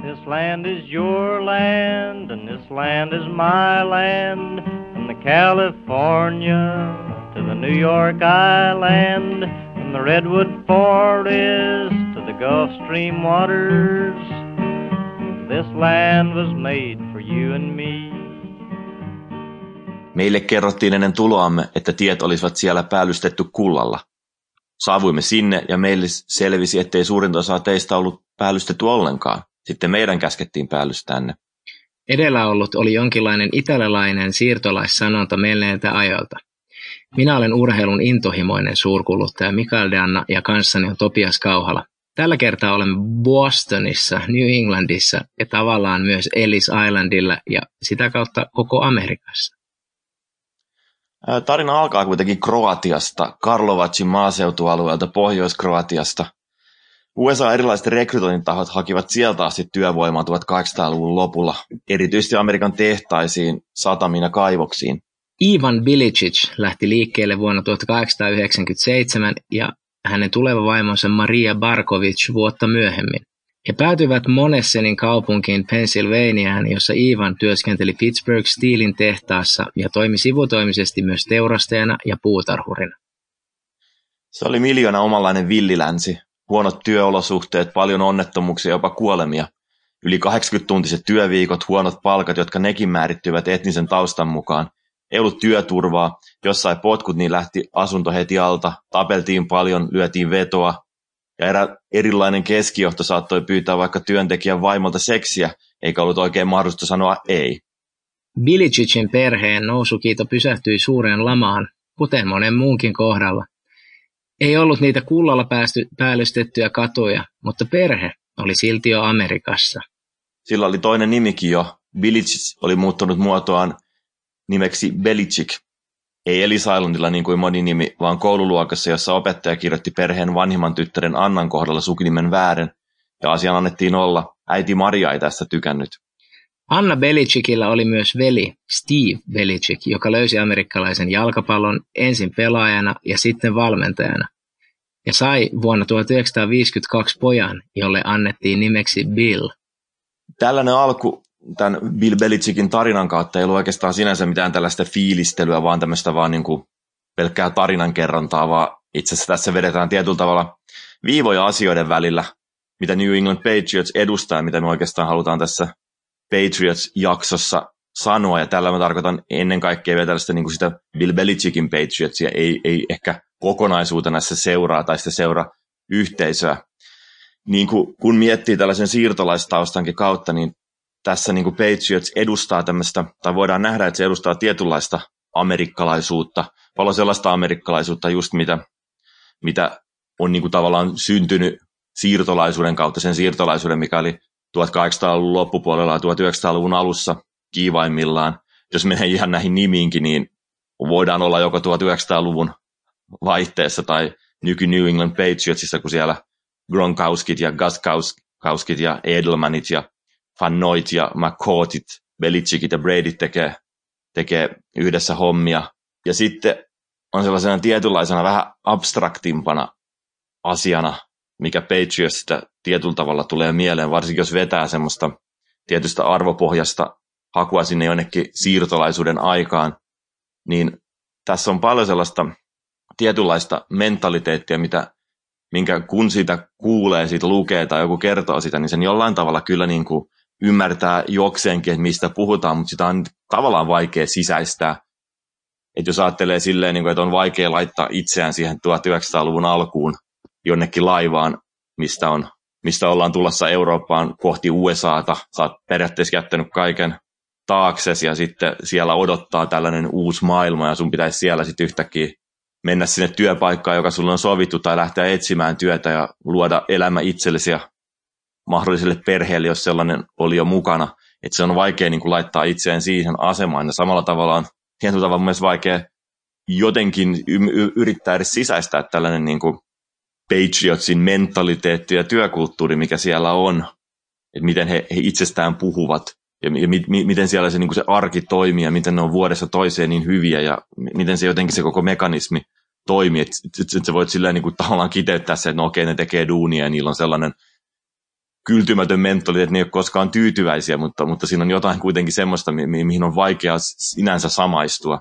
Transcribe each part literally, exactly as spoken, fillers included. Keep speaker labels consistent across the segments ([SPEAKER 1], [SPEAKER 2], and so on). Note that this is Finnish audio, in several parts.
[SPEAKER 1] This land is your land, and this land is my land, from the California to the New York Island, from the Redwood Forest to the Gulf Stream waters. This land was made for you and me.
[SPEAKER 2] Meille kerrottiin ennen tuloamme, että tiet olisivat siellä päällystetty kullalla. Saavuimme sinne ja meille selvisi, ettei suurinta osaa teistä ollut päällystetty ollenkaan. Sitten meidän käskettiin päällystää ne.
[SPEAKER 3] Edellä ollut oli jonkinlainen italialainen siirtolaissanonta menneiltä ajoilta. Minä olen urheilun intohimoinen suurkuluttaja Mikael Danna ja kanssani on Topias Kauhala. Tällä kertaa olemme Bostonissa, New Englandissa ja tavallaan myös Ellis Islandilla ja sitä kautta koko Amerikassa.
[SPEAKER 2] Tarina alkaa kuitenkin Kroatiasta, Karlovacin maaseutualueelta Pohjois-Kroatiasta. U S A erilaiset rekrytointitahot hakivat sieltä asti työvoimaa tuhatkahdeksansataaluvun lopulla, erityisesti Amerikan tehtaisiin, satamiin ja kaivoksiin.
[SPEAKER 3] Ivan Bilicic lähti liikkeelle vuonna tuhatkahdeksansataayhdeksänkymmentäseitsemän ja hänen tuleva vaimonsa Maria Barkovic vuotta myöhemmin. He päätyivät Monessenin kaupunkiin Pennsylvaniaan, jossa Ivan työskenteli Pittsburgh Steelin tehtaassa ja toimi sivutoimisesti myös teurastajana ja puutarhurina.
[SPEAKER 2] Se oli miljoona omanlainen villilänsi. Huonot työolosuhteet, paljon onnettomuuksia, jopa kuolemia. Yli kahdeksankymmentä-tuntiset työviikot, huonot palkat, jotka nekin määrittyivät etnisen taustan mukaan. Ei ollut työturvaa, jos sai potkut, niin lähti asunto heti alta. Tapeltiin paljon, lyötiin vetoa. Ja erä, erilainen keskijohto saattoi pyytää vaikka työntekijän vaimolta seksiä, eikä ollut oikein mahdollista sanoa ei.
[SPEAKER 3] Bilicicin perheen nousukiito pysähtyi suureen lamaan, kuten monen muunkin kohdalla. Ei ollut niitä kullalla päästy, päällystettyjä katuja, mutta perhe oli silti jo Amerikassa.
[SPEAKER 2] Sillä oli toinen nimikin jo. Bilicic oli muuttanut muotoaan nimeksi Belicic. Ei Ellis Islandilla niin kuin moni nimi, vaan koululuokassa, jossa opettaja kirjoitti perheen vanhimman tyttären Annan kohdalla sukunimen väärin, ja asian annettiin olla. Äiti Maria ei tästä tykännyt.
[SPEAKER 3] Anna Belicicillä oli myös veli Steve Belicic, joka löysi amerikkalaisen jalkapallon ensin pelaajana ja sitten valmentajana, ja sai vuonna tuhatyhdeksänsataaviisikymmentäkaksi pojan, jolle annettiin nimeksi Bill.
[SPEAKER 2] Tällainen alku tämän Bill Belicicin tarinan kautta ei ollut oikeastaan sinänsä mitään tällaista fiilistelyä, vaan tämmöistä vaan niin kuin pelkkää tarinankerrontaa, vaan itse asiassa tässä vedetään tietyllä tavalla viivoja asioiden välillä, mitä New England Patriots edustaa, mitä me oikeastaan halutaan tässä Patriots-jaksossa sanoa, ja tällä mä tarkoitan ennen kaikkea vielä tällaista niin kuin sitä Bill Belicicin Patriotsia, ei, ei ehkä kokonaisuutena se seuraa tai sitä seura-yhteisöä. Niin kuin, kun miettii tällaisen siirtolaistaustankin kautta, niin tässä niin kuin Patriots edustaa tämmöistä, tai voidaan nähdä, että se edustaa tietynlaista amerikkalaisuutta, paljon sellaista amerikkalaisuutta just mitä, mitä on niin kuin tavallaan syntynyt siirtolaisuuden kautta, sen siirtolaisuuden, mikä oli tuhatkahdeksansataaluvun loppupuolella ja tuhatyhdeksänsataaluvun alussa kiivaimmillaan. Jos menee ihan näihin nimiinkin, niin voidaan olla joko tuhatyhdeksänsataaluvun vaihteessa tai nyky New England Patriotsissa, kun siellä Gronkowskit ja Gostkowskit ja Edelmanit ja Van Noit ja McCourtit, Belicicit ja Bradyt tekee, tekee yhdessä hommia. Ja sitten on sellaisena tietynlaisena vähän abstraktimpana asiana, mikä Patriotsista tietyllä tavalla tulee mieleen, varsinkin jos vetää semmoista tietystä arvopohjasta hakua sinne jonnekin siirtolaisuuden aikaan, niin tässä on paljon sellaista tietynlaista mentaliteettia, mitä, minkä kun siitä kuulee, siitä lukee tai joku kertoo sitä, niin sen jollain tavalla kyllä niin kuin ymmärtää jokseenkin, että mistä puhutaan, mutta sitä on tavallaan vaikea sisäistää. Että jos ajattelee silleen, niin kuin, että on vaikea laittaa itseään siihen tuhatyhdeksänsataaluvun alkuun jonnekin laivaan, mistä, on, mistä ollaan tulossa Eurooppaan kohti U S A:ta. Sä oot periaatteessa jättänyt kaiken taaksesi ja sitten siellä odottaa tällainen uusi maailma ja sun pitäisi siellä sitten yhtäkkiä mennä sinne työpaikkaan, joka sulle on sovittu tai lähteä etsimään työtä ja luoda elämä itsellesi ja mahdolliselle perheelle, jos sellainen oli jo mukana. Että se on vaikea niin kuin laittaa itseään siihen asemaan ja samalla tavalla on tietyllä tavalla myös vaikea jotenkin y- yrittää edes sisäistää tällainen niin kuin Patriotsin mentaliteetti ja työkulttuuri, mikä siellä on, että miten he, he itsestään puhuvat ja mi, mi, miten siellä se, niin kuin se arki toimii ja miten ne on vuodessa toiseen niin hyviä ja miten se jotenkin se koko mekanismi toimii, että et, et sä voit silleen niin kuin tavallaan kiteyttää se, että no okei, ne tekee duunia ja niillä on sellainen kyltymätön mentaliteetti, että ne ei ole koskaan tyytyväisiä, mutta, mutta siinä on jotain kuitenkin semmoista, mi- mihin on vaikea sinänsä samaistua.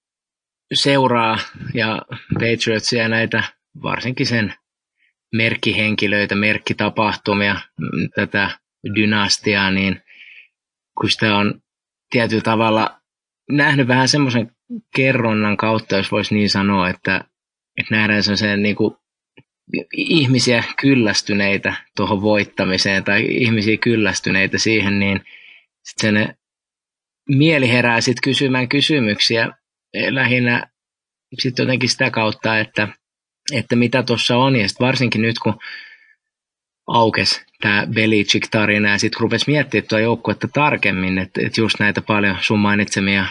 [SPEAKER 3] Seuraa ja Patriotsia näitä varsinkin sen merkkihenkilöitä, merkkitapahtumia, tätä dynastiaa, niin kun sitä on tietyllä tavalla nähnyt vähän semmoisen kerronnan kautta, jos voisi niin sanoa, että, että nähdään semmoisen niin kuin ihmisiä kyllästyneitä tuohon voittamiseen tai ihmisiä kyllästyneitä siihen, niin sitten se mieli herää sitten kysymään kysymyksiä lähinnä sitten jotenkin sitä kautta, että, että mitä tuossa on, ja sitten varsinkin nyt kun aukesi tämä Belichick-tarina ja sitten rupesi miettimään tuo joukkuetta tarkemmin, että, että just näitä paljon sun mainitsemia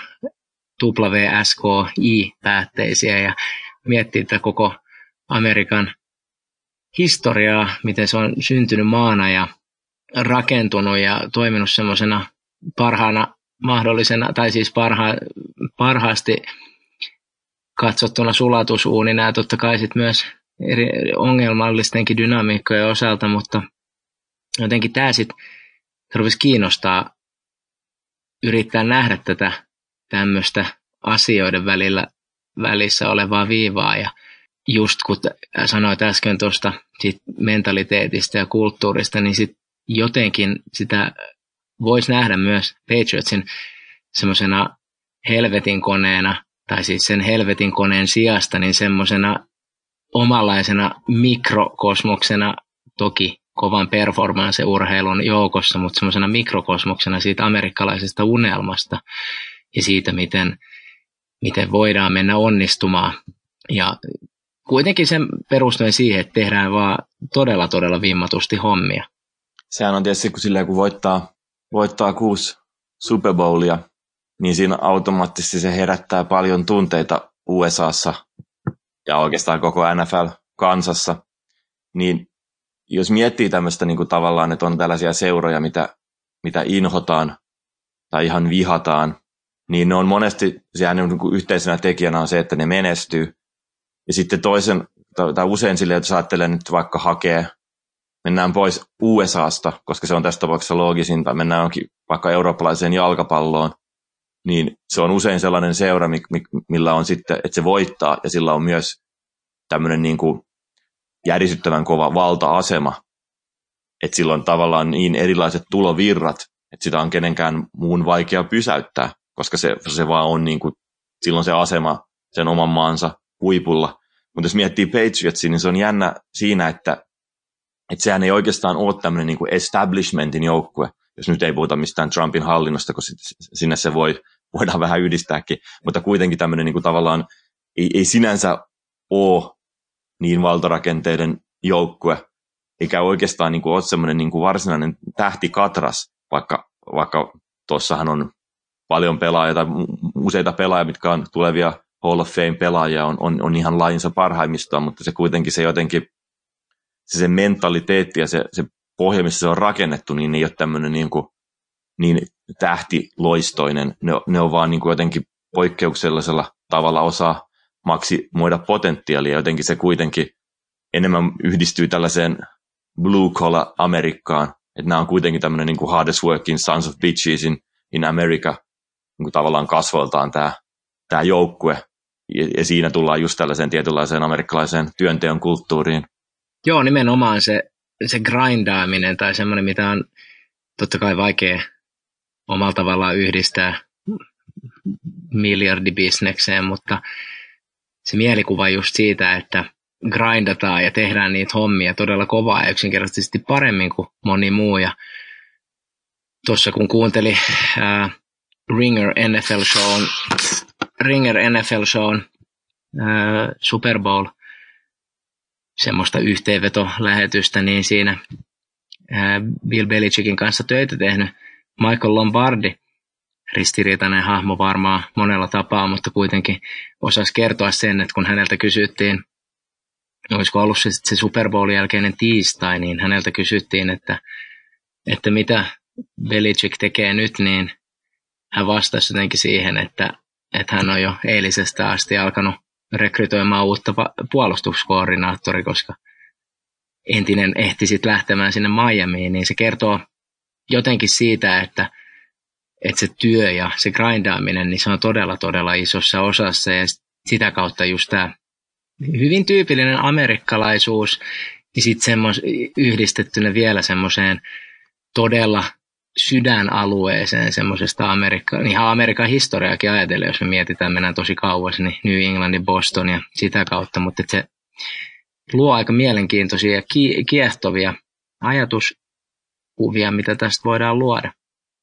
[SPEAKER 3] W S K I-päätteisiä ja miettii tätä koko Amerikan historiaa, miten se on syntynyt maana ja rakentunut ja toiminut semmoisena parhaana mahdollisena, tai siis parha, parhaasti katsottuna sulatusuunina ja totta kai sitten myös eri ongelmallistenkin dynamiikkojen osalta, mutta jotenkin tämä sitten rupesi kiinnostaa yrittää nähdä tätä tämmöistä asioiden välillä, välissä olevaa viivaa ja just kun sanoit äsken tuosta mentaliteetista ja kulttuurista, niin sit jotenkin sitä voisi nähdä myös Patriotsin semmoisena helvetin koneena, tai siis sen helvetin koneen sijasta, niin semmoisena omanlaisena mikrokosmoksena, toki kovan performance-urheilun joukossa, mutta semmoisena mikrokosmoksena siitä amerikkalaisesta unelmasta ja siitä, miten, miten voidaan mennä onnistumaan. Ja kuitenkin sen perustuen siihen, että tehdään vaan todella, todella vimmatusti hommia.
[SPEAKER 2] Sehän on tietysti, kun, silleen, kun voittaa, voittaa kuusi Super Bowlia, niin siinä automaattisesti se herättää paljon tunteita U S A:ssa ja oikeastaan koko N F L-kansassa. Niin jos miettii tämmöistä niin kuin tavallaan, että on tällaisia seuroja, mitä, mitä inhotaan tai ihan vihataan, niin ne on monesti, sehän niin kuin yhteisenä tekijänä on se, että ne menestyy. Ja sitten toisen, tai usein silleen, että jos ajattelee nyt vaikka hakee, mennään pois U S A:sta, koska se on tässä tapauksessa loogisinta, mennään jonkin vaikka eurooppalaiseen jalkapalloon, niin se on usein sellainen seura, millä on sitten, että se voittaa, ja sillä on myös tämmöinen niin kuin järisyttävän kova valta-asema, että sillä on tavallaan niin erilaiset tulovirrat, että sitä on kenenkään muun vaikea pysäyttää, koska se, se vaan on niin kuin, silloin se asema sen oman maansa huipulla. Mutta jos miettii Patriotsia, niin se on jännä siinä, että, että sehän ei oikeastaan ole tämmöinen niin kuin establishmentin joukkue, jos nyt ei puhuta mistään Trumpin hallinnosta, koska sinne se voi, voidaan vähän yhdistääkin, mutta kuitenkin tämmöinen niin kuin tavallaan ei, ei sinänsä ole niin valtarakenteiden joukkue, eikä oikeastaan niin kuin ole semmoinen niin kuin varsinainen tähtikatras, vaikka, vaikka tuossahan on paljon pelaajia tai useita pelaajia, mitkä on tulevia Hall of Fame-pelaajia, on, on, on ihan lajinsa parhaimmistoa, mutta se kuitenkin se jotenkin, se, se mentaliteetti ja se, se pohja, missä se on rakennettu, niin ei ole tämmöinen niin, kuin, niin tähtiloistoinen. Ne, ne on vaan niin kuin jotenkin poikkeuksellisella tavalla osaa maksimoida potentiaalia. Jotenkin se kuitenkin enemmän yhdistyy tällaiseen blue collar Amerikkaan. Että nämä on kuitenkin tämmöinen niin kuin hardest working sons of bitches in, in America, niin kuin tavallaan kasvoiltaan tämä, tämä joukkue. Ja, ja siinä tullaan just tällaiseen tietynlaiseen amerikkalaiseen työnteon kulttuuriin. Joo,
[SPEAKER 3] nimenomaan se, se grindaaminen tai semmoinen, mitä on totta kai vaikea omalla tavallaan yhdistää miljardibisnekseen, mutta se mielikuva just siitä, että grindataan ja tehdään niitä hommia todella kovaa ja yksinkertaisesti paremmin kuin moni muu. Ja tuossa kun kuunteli ää, Ringer N F L Shown, Ringer N F L Shown ää, Super Bowl, semmoista yhteenvetolähetystä, niin siinä ää, Bill Belichickin kanssa töitä tehnyt Michael Lombardi, ristiriitainen hahmo varmaan monella tapaa, mutta kuitenkin osasi kertoa sen, että kun häneltä kysyttiin, olisiko ollut se, se Super Bowlin jälkeinen tiistai, niin häneltä kysyttiin, että, että mitä Belichick tekee nyt, niin hän vastasi jotenkin siihen, että, että hän on jo eilisestä asti alkanut rekrytoimaan uutta puolustuskoordinaattori, koska entinen ehti sitten lähtemään sinne Miamiin, niin se kertoo jotenkin siitä, että, että se työ ja se grindaaminen, niin se on todella, todella isossa osassa, ja sitä kautta just tämä hyvin tyypillinen amerikkalaisuus, ja sitten yhdistettynä vielä semmoiseen todella sydänalueeseen semmoisesta Amerikka, ihan Amerikan historiaakin ajatellen, jos me mietitään, mennään tosi kauas, niin New Englandin, Boston ja sitä kautta, mutta se luo aika mielenkiintoisia ja kiehtovia ajatuskuvia, mitä tästä voidaan luoda.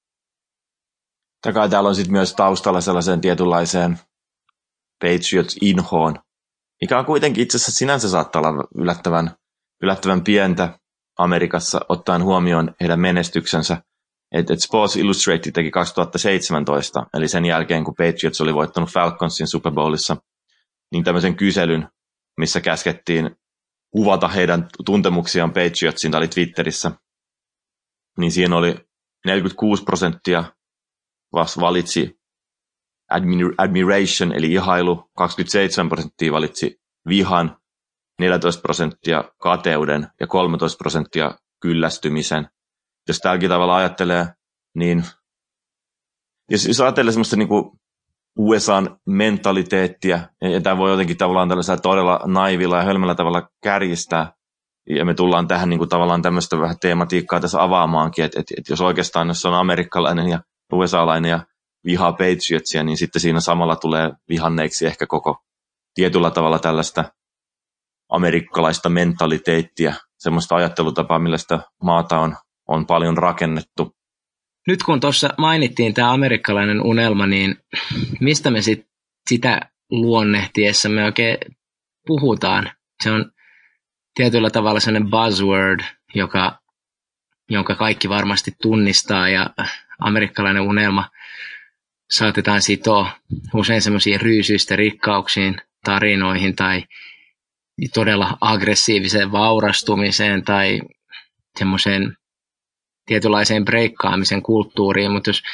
[SPEAKER 2] Takai täällä on sitten myös taustalla sellaiseen tietynlaiseen Patriots-inhoon, mikä on kuitenkin itse asiassa sinänsä saattaa olla yllättävän, yllättävän pientä Amerikassa ottaen huomioon heidän menestyksensä. Et, et Sports Illustrated teki kaksituhattaseitsemäntoista, eli sen jälkeen kun Patriots oli voittanut Falconsin Super Bowlissa, niin tämmöisen kyselyn, missä käskettiin kuvata heidän tuntemuksiaan Patriotsin, tämä oli Twitterissä, niin siinä oli neljäkymmentäkuusi prosenttia valitsi admir- admiration, eli ihailu, kaksikymmentäseitsemän prosenttia valitsi vihan, neljätoista prosenttia kateuden ja kolmetoista prosenttia kyllästymisen. Jos tälläkin tavalla ajattelee, niin jos, jos ajattelee semmoista niin kuin U S A:n mentaliteettia, ja tämä voi jotenkin tavallaan tällaisella todella naivilla ja hölmällä tavalla kärjistää, ja me tullaan tähän niin kuin tavallaan tämmöistä vähän teematiikkaa tässä avaamaankin, että, että, että jos oikeastaan jos on amerikkalainen ja U S A-lainen ja vihaa Patriotsia, niin sitten siinä samalla tulee vihanneiksi ehkä koko tietyllä tavalla tällaista amerikkalaista mentaliteettia, semmoista ajattelutapaa, millä sitä maata on, on paljon rakennettu.
[SPEAKER 3] Nyt kun tuossa mainittiin tämä amerikkalainen unelma, niin mistä me sit sitä luonnehtiessa me oikein puhutaan? Se on tietyllä tavalla sellainen buzzword, joka, jonka kaikki varmasti tunnistaa, ja amerikkalainen unelma saatetaan sitoa usein semmoisiin ryysyistä rikkauksiin, tarinoihin tai todella aggressiiviseen vaurastumiseen tai semmoiseen tietynlaiseen breikkaamisen kulttuuriin, mutta jos,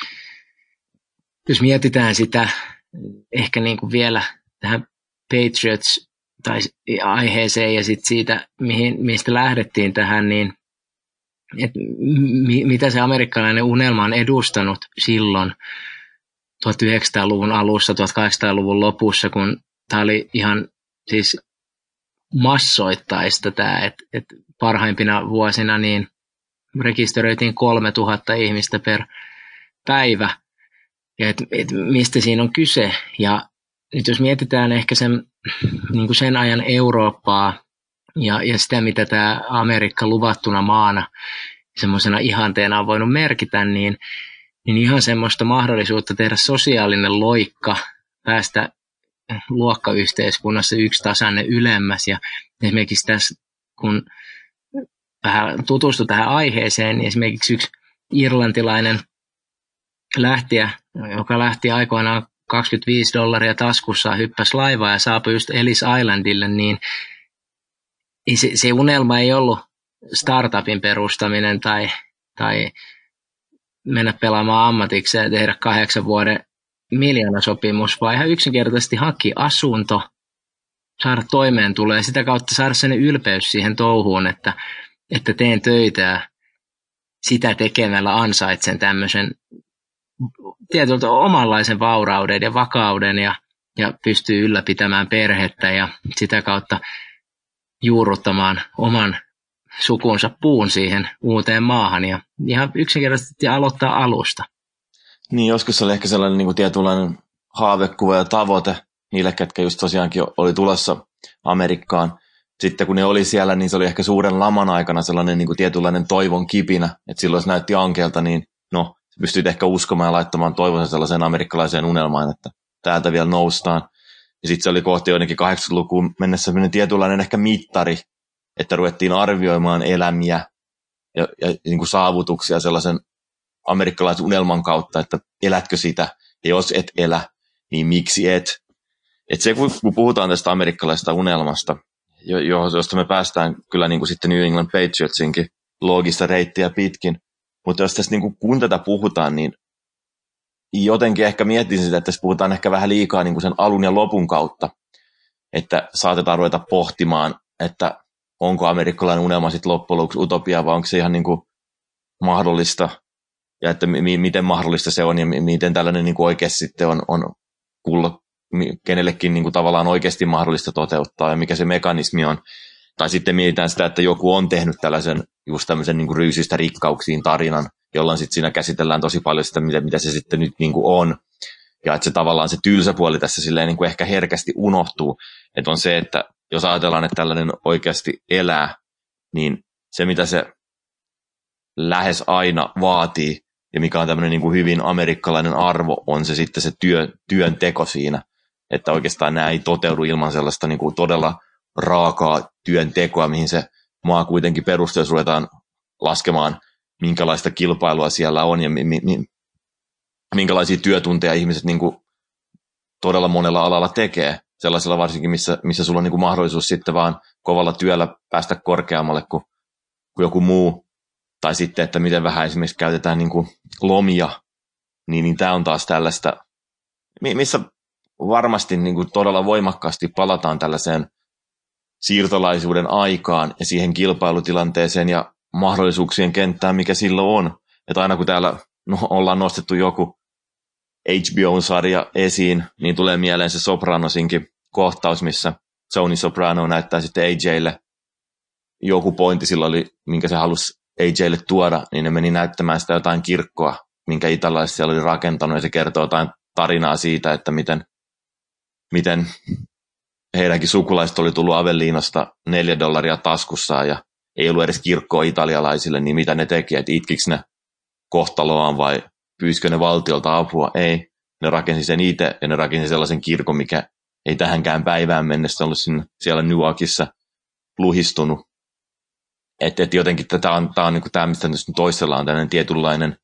[SPEAKER 3] jos mietitään sitä ehkä niin kuin vielä tähän Patriots tai aiheeseen ja sitten siitä, mihin, mistä lähdettiin tähän, niin että mi, mitä se amerikkalainen unelma on edustanut silloin tuhatyhdeksänsataaluvun alussa, tuhatkahdeksansataaluvun lopussa, kun tämä oli ihan siis massoittaista tämä, että et parhaimpina vuosina niin rekisteröitiin kolmetuhatta ihmistä per päivä, ja et, et mistä siinä on kyse. Ja nyt jos mietitään ehkä sen, niin kuin sen ajan Eurooppaa ja, ja sitä, mitä tämä Amerikka luvattuna maana semmoisena ihanteena on voinut merkitä, niin, niin ihan semmoista mahdollisuutta tehdä sosiaalinen loikka, päästä luokkayhteiskunnassa yksi tasanne ylemmäs. Ja esimerkiksi tässä, kun vähän tutustui tähän aiheeseen, niin esimerkiksi yksi irlantilainen lähtiä, joka lähti aikoinaan kaksikymmentäviisi dollaria taskussaan, hyppäsi laivaa ja saapui just Ellis Islandille, niin se, se unelma ei ollut startupin perustaminen tai, tai mennä pelaamaan ammatikseen ja tehdä kahdeksan vuoden miljoonasopimus, vaan ihan yksinkertaisesti haki asunto, saada toimeentuloa ja sitä kautta saada sellainen ylpeys siihen touhuun, että, että teen töitä ja sitä tekemällä ansaitsen tämmöisen tietyltä omanlaisen vaurauden ja vakauden ja, ja pystyy ylläpitämään perhettä ja sitä kautta juurruttamaan oman sukunsa puun siihen uuteen maahan ja ihan yksinkertaisesti aloittaa alusta.
[SPEAKER 2] Niin, joskus oli ehkä sellainen niin kuin tietynlainen haavekuva ja tavoite niille, ketkä just tosiaankin oli tulossa Amerikkaan. Sitten kun ne oli siellä, niin se oli ehkä suuren laman aikana sellainen niin kuin tietynlainen toivon kipinä, että silloin jos näytti ankeelta, niin no, pystyt ehkä uskomaan ja laittamaan toivonsa sellaiseen amerikkalaiseen unelmaan, että täältä vielä noustaan. Ja sitten se oli kohti joidenkin kahdeksankymmentälukuun mennessä sellainen tietynlainen ehkä mittari, että ruvettiin arvioimaan elämiä ja, ja niin kuin saavutuksia sellaisen amerikkalaisen unelman kautta, että elätkö sitä, ja jos et elä, niin miksi et. Et se, kun puhutaan tästä amerikkalaisesta unelmasta, josta me päästään kyllä niin kuin sitten New England Patriotsinkin loogista reittiä pitkin, mutta jos tässä niin kuin, kun tätä puhutaan, niin jotenkin ehkä miettisin sitä, että tässä puhutaan ehkä vähän liikaa niin kuin sen alun ja lopun kautta, että saatetaan ruveta pohtimaan, että onko amerikkalainen unelma sitten loppujen lopuksi utopia vai onko se ihan niin kuin mahdollista ja että m- miten mahdollista se on ja m- miten tällainen niin kuin oikeasti sitten on, on kulla, kenellekin niin kuin tavallaan oikeasti mahdollista toteuttaa ja mikä se mekanismi on. Tai sitten mietitään sitä, että joku on tehnyt tällaisen just tämmöisen niin kuin ryysistä rikkauksiin tarinan, jolloin sitten siinä käsitellään tosi paljon sitä, mitä, mitä se sitten nyt niin kuin on. Ja että se tavallaan se tylsä puoli tässä silleen niin kuin ehkä herkästi unohtuu. Että on se, että jos ajatellaan, että tällainen oikeasti elää, niin se mitä se lähes aina vaatii, ja mikä on tämmöinen niin kuin hyvin amerikkalainen arvo, on se sitten se työ, työn teko siinä. Että oikeastaan nämä ei toteudu ilman sellaista niin kuin todella raakaa työntekoa, mihin se maa kuitenkin perustuu, jos ruvetaan laskemaan, minkälaista kilpailua siellä on ja mi- mi- minkälaisia työtunteja ihmiset niin kuin todella monella alalla tekee. Sellaisella varsinkin, missä, missä sulla on niin kuin mahdollisuus sitten vaan kovalla työllä päästä korkeammalle kuin, kuin joku muu. Tai sitten, että miten vähän esimerkiksi käytetään niin kuin lomia, niin, niin tämä on taas tällaista, missä varmasti niin kuin todella voimakkaasti palataan tällaiseen siirtolaisuuden aikaan ja siihen kilpailutilanteeseen ja mahdollisuuksien kenttään, mikä silloin on. Että aina kun täällä no, ollaan nostettu joku H B O-sarja esiin, niin tulee mieleen se Sopranosinkin kohtaus, missä Tony Soprano näyttää sitten A J:lle joku pointti silloin oli, minkä se halusi A J:lle tuoda, niin ne meni näyttämään sitä jotain kirkkoa, minkä italaiset siellä oli rakentanut, ja se kertoo jotain tarinaa siitä, että miten, miten heidänkin sukulaiset oli tullut Avellinosta neljä dollaria taskussaan, ja ei ollut edes kirkkoa italialaisille, niin mitä ne teki, että itkikö ne kohtaloaan vai pyysikö ne valtiolta apua? Ei, ne rakensi sen itse, ja ne rakensi sellaisen kirkon, mikä ei tähänkään päivään mennessä ollut sinne, siellä Newarkissa luhistunut. Että et jotenkin tämä on, tää on niinku tämä, mistä nyt toisella on tämmöinen tietynlainen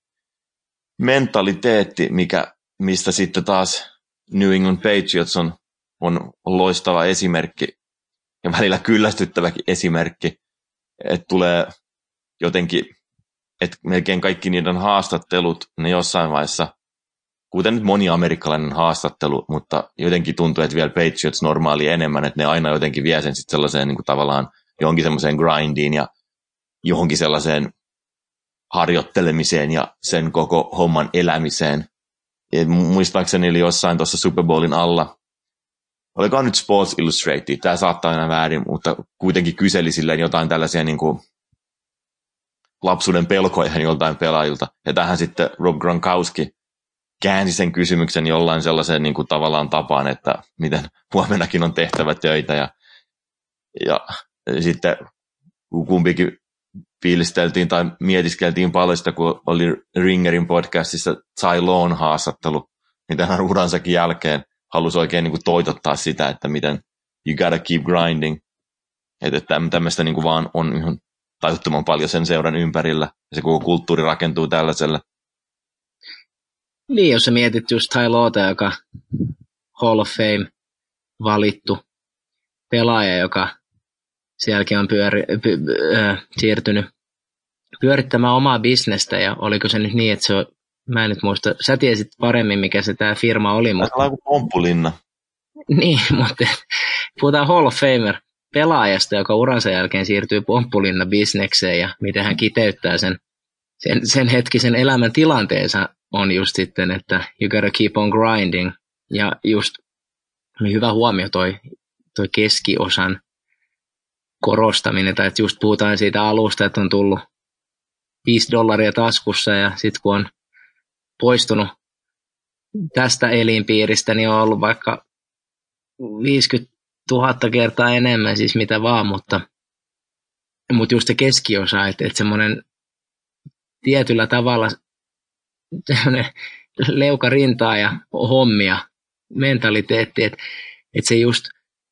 [SPEAKER 2] mentaliteetti, mikä, mistä sitten taas New England Patriots on, on loistava esimerkki ja välillä kyllästyttäväkin esimerkki, että tulee jotenkin, että melkein kaikki niiden haastattelut, ne jossain vaiheessa, kuten nyt moni amerikkalainen haastattelu, mutta jotenkin tuntuu, että vielä Patriots normaali enemmän, että ne aina jotenkin vie sen sitten sellaiseen niin kuin tavallaan johonkin semmoiseen grindiin ja johonkin sellaiseen harjoittelemiseen ja sen koko homman elämiseen. Ja muistaakseni oli jossain tuossa Super Bowlin alla, olikohan nyt Sports Illustrated, tämä saattaa aina väärin, mutta kuitenkin kyseli silleen jotain tällaisia niin kuin lapsuuden pelkoja joltain pelaajilta. Ja tähän sitten Rob Gronkowski käänsi sen kysymyksen jollain sellaiseen niin kuin tavallaan tapaan, että miten huomennakin on tehtävä töitä. Ja, ja sitten kumpikin fiilisteltiin tai mietiskeltiin paljon sitä, kun oli Ringerin podcastissa Ty Lone haastattelu, mitä hän uransakin jälkeen halusi oikein niin kuin toitottaa sitä, että miten you gotta keep grinding. Että tämmöistä niin kuin vaan on ihan tajuttoman paljon sen seuran ympärillä, ja se koko kulttuuri rakentuu tällaiselle.
[SPEAKER 3] Niin, jos sä mietit just Ty Lota, joka Hall of Fame valittu pelaaja, joka sielläkin on pyöri, py, äh, siirtynyt pyörittämään omaa bisnestä, ja oliko se nyt niin, että se on, mä en nyt muista, sä tiesit paremmin, mikä se tämä firma oli. Mutta
[SPEAKER 2] se on kuin Pomppulinna.
[SPEAKER 3] Niin, mutta puhutaan Hall of Famer pelaajasta, joka uransa jälkeen siirtyy Pomppulinna-bisnekseen, ja miten hän kiteyttää sen, sen, sen hetkisen elämän tilanteensa on just sitten, että you gotta keep on grinding, ja just hyvä huomio toi, toi keskiosan korostaminen, tai että just puhutaan siitä alusta, että on tullut viisi dollaria taskussa, ja sitten kun on poistunut tästä elinpiiristä, niin on ollut vaikka viisikymmentätuhatta kertaa enemmän, siis mitä vaan, mutta, mutta just se keskiosa, että, että semmoinen tietyllä tavalla semmoinen leuka rintaa ja hommia, mentaliteetti, että, että se just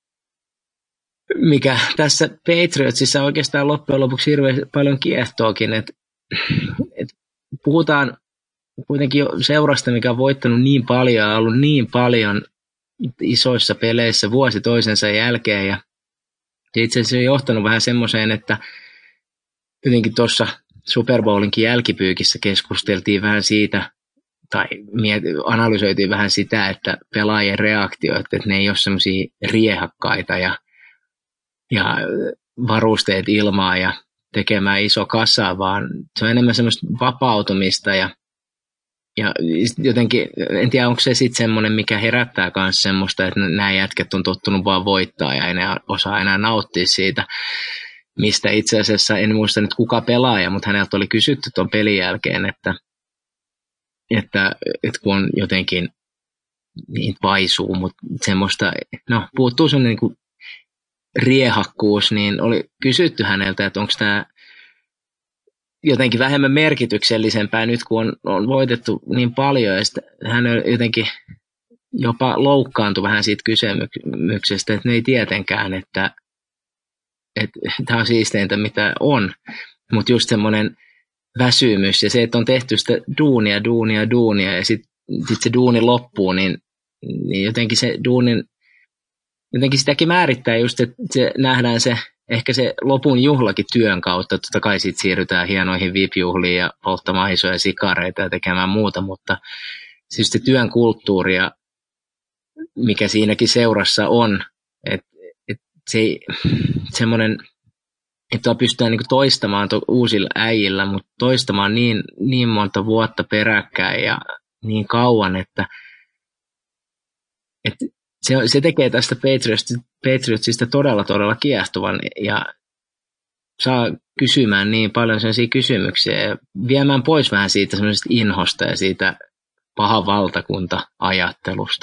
[SPEAKER 3] mikä tässä Patriotsissa oikeastaan loppujen lopuksi hirveän paljon kiehtookin, että, että puhutaan kuitenkin seurasta, mikä on voittanut niin paljon ja ollut niin paljon isoissa peleissä vuosi toisensa jälkeen, ja itse asiassa on johtanut vähän semmoiseen, että jotenkin tuossa Super Bowlinkin jälkipyykissä keskusteltiin vähän siitä, tai analysoitiin vähän sitä, että pelaajien reaktio, että ne ei ole semmoisia riehakkaita ja Ja varusteet ilmaan ja tekemään iso kasa, vaan se on enemmän semmoista vapautumista ja, ja jotenkin, en tiedä onko se sitten semmoinen, mikä herättää myös semmoista, että nämä jätket on tottunut vaan voittaa ja ei ne osaa enää nauttia siitä, mistä itse asiassa, en muista nyt kuka pelaaja, mutta häneltä oli kysytty tuon pelin jälkeen, että, että, että kun on jotenkin niin vaisuu, mutta semmoista, no puuttuu semmoinen niin kuin riehakkuus, niin oli kysytty häneltä, että onko tämä jotenkin vähemmän merkityksellisempää nyt, kun on, on voitettu niin paljon, ja hän jotenkin jopa loukkaantui vähän siitä kysymyksestä, että ne ei tietenkään, että, että tämä on siisteintä, mitä on, mutta just semmoinen väsymys, ja se, että on tehty sitä duunia, duunia, duunia, ja sitten sit se duuni loppuu, niin, niin jotenkin se duunin jotenkin sitäkin määrittää just, että se nähdään se, ehkä se lopun juhlakin työn kautta. Totta kai sitten siirrytään hienoihin V I P-juhliin ja polttamaan isoja sikareita ja tekemään muuta, mutta siis se työn kulttuuri, mikä siinäkin seurassa on, että et se semmoinen, että pystytään niinku toistamaan uusilla äijillä, mutta toistamaan niin, niin monta vuotta peräkkäin ja niin kauan, että et Se, se tekee tästä Patriotsista todella, todella kiehtovan ja saa kysymään niin paljon sellaisia kysymyksiä ja viemään pois vähän siitä semmoisesta inhosta ja siitä pahan valtakunta-ajattelusta.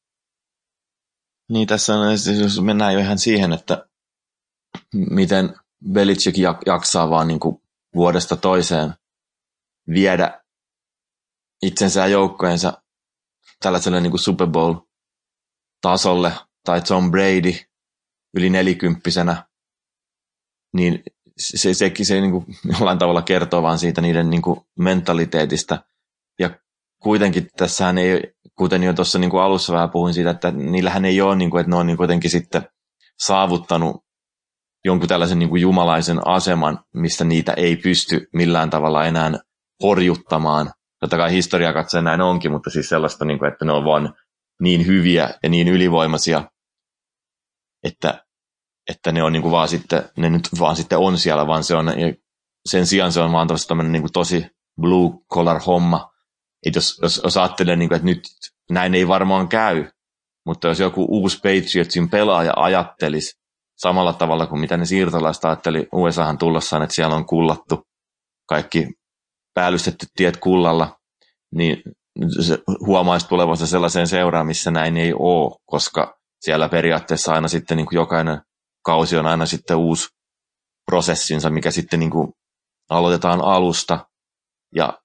[SPEAKER 2] Niin, tässä on, jos mennään jo ihan siihen, että miten Belichick jaksaa vaan niin kuin vuodesta toiseen viedä itsensä ja joukkojensa tällaiselle niin kuin Super Bowl tasolle, tai Tom Brady yli nelikymppisenä, niin se, se, se, se niin kuin jollain tavalla kertoo vaan siitä niiden niin kuin mentaliteetistä. Ja kuitenkin tässähän ei, kuten jo tuossa niin kuin alussa vähän puhuin siitä, että niillähän ei ole, niin kuin, että ne on niin kuitenkin sitten saavuttanut jonkun tällaisen niin kuin jumalaisen aseman, mistä niitä ei pysty millään tavalla enää horjuttamaan. Totta kai historiaa katsoen näin onkin, mutta siis sellaista, niin kuin, että ne on vaan niin hyviä ja niin ylivoimaisia, että, että ne on niin kuin vaan sitten, ne nyt vaan sitten on siellä, vaan se on, sen sijaan se on vaan tämmöinen niin kuin tosi blue collar homma. Että jos, jos, jos ajattelee, niin kuin, että nyt näin ei varmaan käy, mutta jos joku uusi Patriotsin pelaaja ajattelisi samalla tavalla kuin mitä ne siirtolaiset ajatteli U S A:han tullessaan, että siellä on kullattu kaikki päällystetty tiet kullalla, niin huomaisi tulevansa sellaiseen seuraan, missä näin ei ole, koska siellä periaatteessa aina sitten niin kuin jokainen kausi on aina sitten uusi prosessinsa, mikä sitten niin kuin aloitetaan alusta ja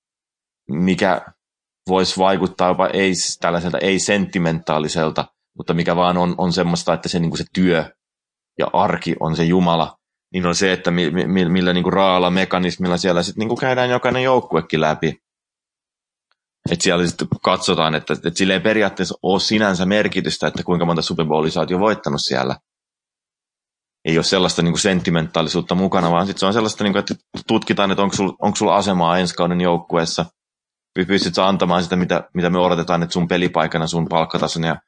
[SPEAKER 2] mikä voisi vaikuttaa jopa ei tällaiselta ei sentimentaaliselta, mutta mikä vaan on, on semmoista, että se, niin kuin se työ ja arki on se Jumala, niin on se, että mi, mi, millä niin kuin raalla mekanismilla siellä sitten niin kuin käydään jokainen joukkuekin läpi. Että siellä sitten katsotaan, että, että sillä ei periaatteessa ole sinänsä merkitystä, että kuinka monta Super Bowlia sä oot jo voittanut siellä. Ei ole sellaista niin kuin sentimentaalisuutta mukana, vaan sitten se on sellaista, niin kuin, että tutkitaan, että onko sulla onko sul asemaa ensi kauden joukkueessa. Pystyt sä antamaan sitä, mitä, mitä me odotetaan, että sun pelipaikana, sun palkkatason ja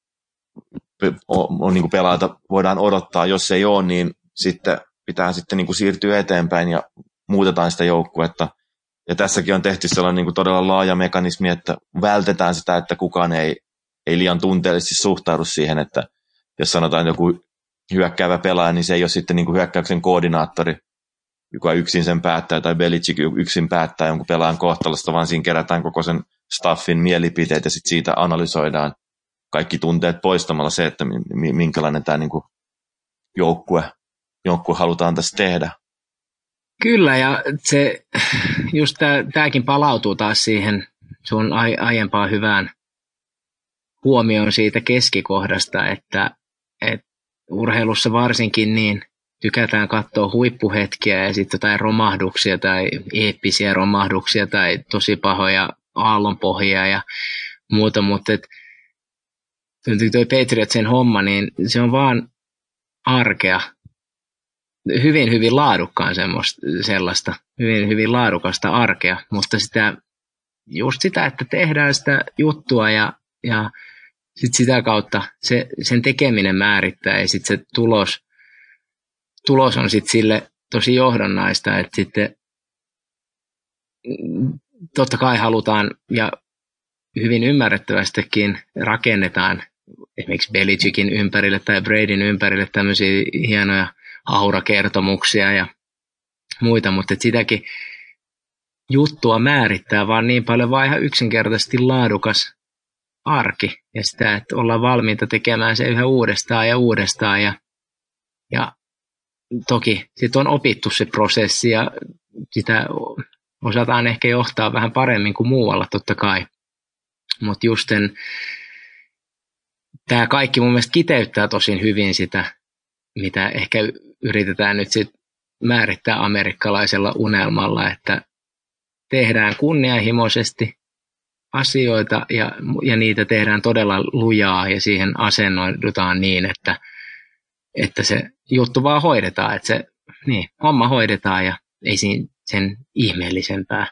[SPEAKER 2] on, on, niin kuin pelaajata voidaan odottaa. Jos ei ole, niin sitten pitää sitten niin kuin siirtyä eteenpäin ja muutetaan sitä joukkuetta. Ja tässäkin on tehty sellainen niin kuin todella laaja mekanismi, että vältetään sitä, että kukaan ei, ei liian tunteellisesti suhtaudu siihen, että jos sanotaan joku hyökkäävä pelaaja, niin se ei ole sitten niin kuin hyökkäyksen koordinaattori, joka yksin sen päättää, tai Belichick yksin päättää jonkun pelaajan kohtalosta, vaan siinä kerätään koko sen staffin mielipiteet ja sitten siitä analysoidaan kaikki tunteet poistamalla se, että minkälainen tämä niin kuin joukkue, joukkue halutaan tässä tehdä.
[SPEAKER 3] Kyllä, ja se, just tämäkin palautuu taas siihen sun aiempaan hyvään huomioon siitä keskikohdasta, että, että urheilussa varsinkin niin tykätään katsoa huippuhetkiä ja sitten jotain romahduksia tai eeppisiä romahduksia tai tosi pahoja aallonpohjia ja muuta, mutta et, toi Patriotsin homma, niin se on vaan arkea. Hyvin, hyvin laadukkaan semmoista, sellaista, hyvin, hyvin laadukasta arkea, mutta sitä, just sitä, että tehdään sitä juttua ja, ja sit sitä kautta se, sen tekeminen määrittää ja sitten se tulos, tulos on sitten sille tosi johdonnaista, että sitten totta kai halutaan ja hyvin ymmärrettävästikin rakennetaan esimerkiksi Belichickin ympärille tai Bradyn ympärille tämmöisiä hienoja aurakertomuksia ja muita, mutta sitäkin juttua määrittää vaan niin paljon vaan ihan yksinkertaisesti laadukas arki ja sitä, että ollaan valmiita tekemään se yhä uudestaan ja uudestaan ja, ja toki sitten on opittu se prosessi ja sitä osataan ehkä johtaa vähän paremmin kuin muualla totta kai, mutta just tämä kaikki mun mielestä kiteyttää tosin hyvin sitä, mitä ehkä yritetään nyt sit määrittää amerikkalaisella unelmalla, että tehdään kunnianhimoisesti asioita ja, ja niitä tehdään todella lujaa ja siihen asennoidutaan niin, että, että se juttu vaan hoidetaan, että se niin, homma hoidetaan ja ei siinä sen ihmeellisempää.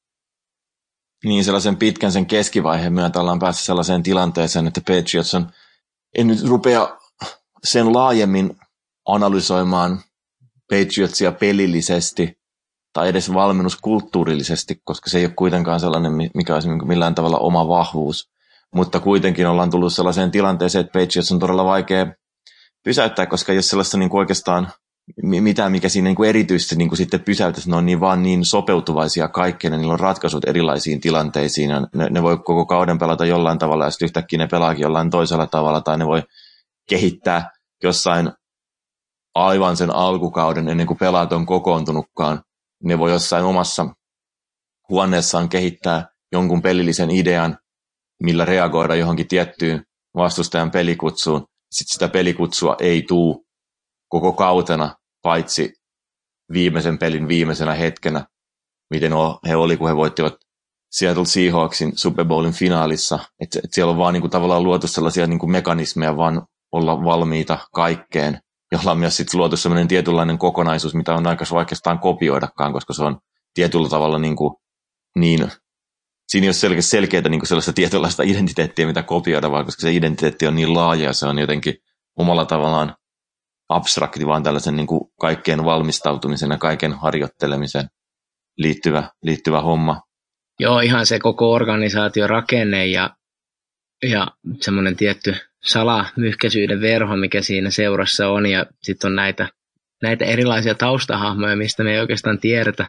[SPEAKER 2] Niin, sellaisen pitkän sen keskivaiheen myötä ollaan päässyt sellaiseen tilanteeseen, että Patriots on, en nyt rupea sen laajemmin analysoimaan Patriotsia pelillisesti tai edes valmennuskulttuurillisesti, koska se ei ole kuitenkaan sellainen, mikä olisi millään tavalla oma vahvuus. Mutta kuitenkin ollaan tullut sellaiseen tilanteeseen, että Patriots on todella vaikea pysäyttää, koska jos sellaista niin kuin oikeastaan mitään, mikä siinä niin kuin erityisesti niin kuin sitten pysäytäisi, ne on niin vaan niin sopeutuvaisia kaikkeen, ja niillä on ratkaisut erilaisiin tilanteisiin, ja ne, ne voi koko kauden pelata jollain tavalla, ja sitten yhtäkkiä ne pelaakin jollain toisella tavalla, tai ne voi kehittää jossain aivan sen alkukauden, ennen kuin pelaat on kokoontunutkaan, ne voi jossain omassa huoneessaan kehittää jonkun pelillisen idean, millä reagoida johonkin tiettyyn vastustajan pelikutsuun, sitten sitä pelikutsua ei tule koko kautena, paitsi viimeisen pelin viimeisenä hetkenä, miten he oli, kun he voittivat Seattle Seahawksin Super Bowlin finaalissa. Että et siellä on vaan niinku tavallaan luotu sellaisia niinku mekanismeja vaan olla valmiita kaikkeen, jolla on myös sit luotu sellainen tietynlainen kokonaisuus, mitä on aika vaikeastaan kopioidakaan, koska se on tietyllä tavalla niinku, niin, siinä ei ole selkeä, selkeää niinku sellaista tietynlaista identiteettiä, mitä kopioida, vaan koska se identiteetti on niin laaja ja se on jotenkin omalla tavallaan abstrakti, vaan tällaisen niin kuin kaikkeen valmistautumisen ja kaiken harjoittelemisen liittyvä, liittyvä homma.
[SPEAKER 3] Joo, ihan se koko organisaation rakenne ja, ja semmoinen tietty salamyhkäisyyden verho, mikä siinä seurassa on, ja sitten on näitä, näitä erilaisia taustahahmoja, mistä me ei oikeastaan tiedetä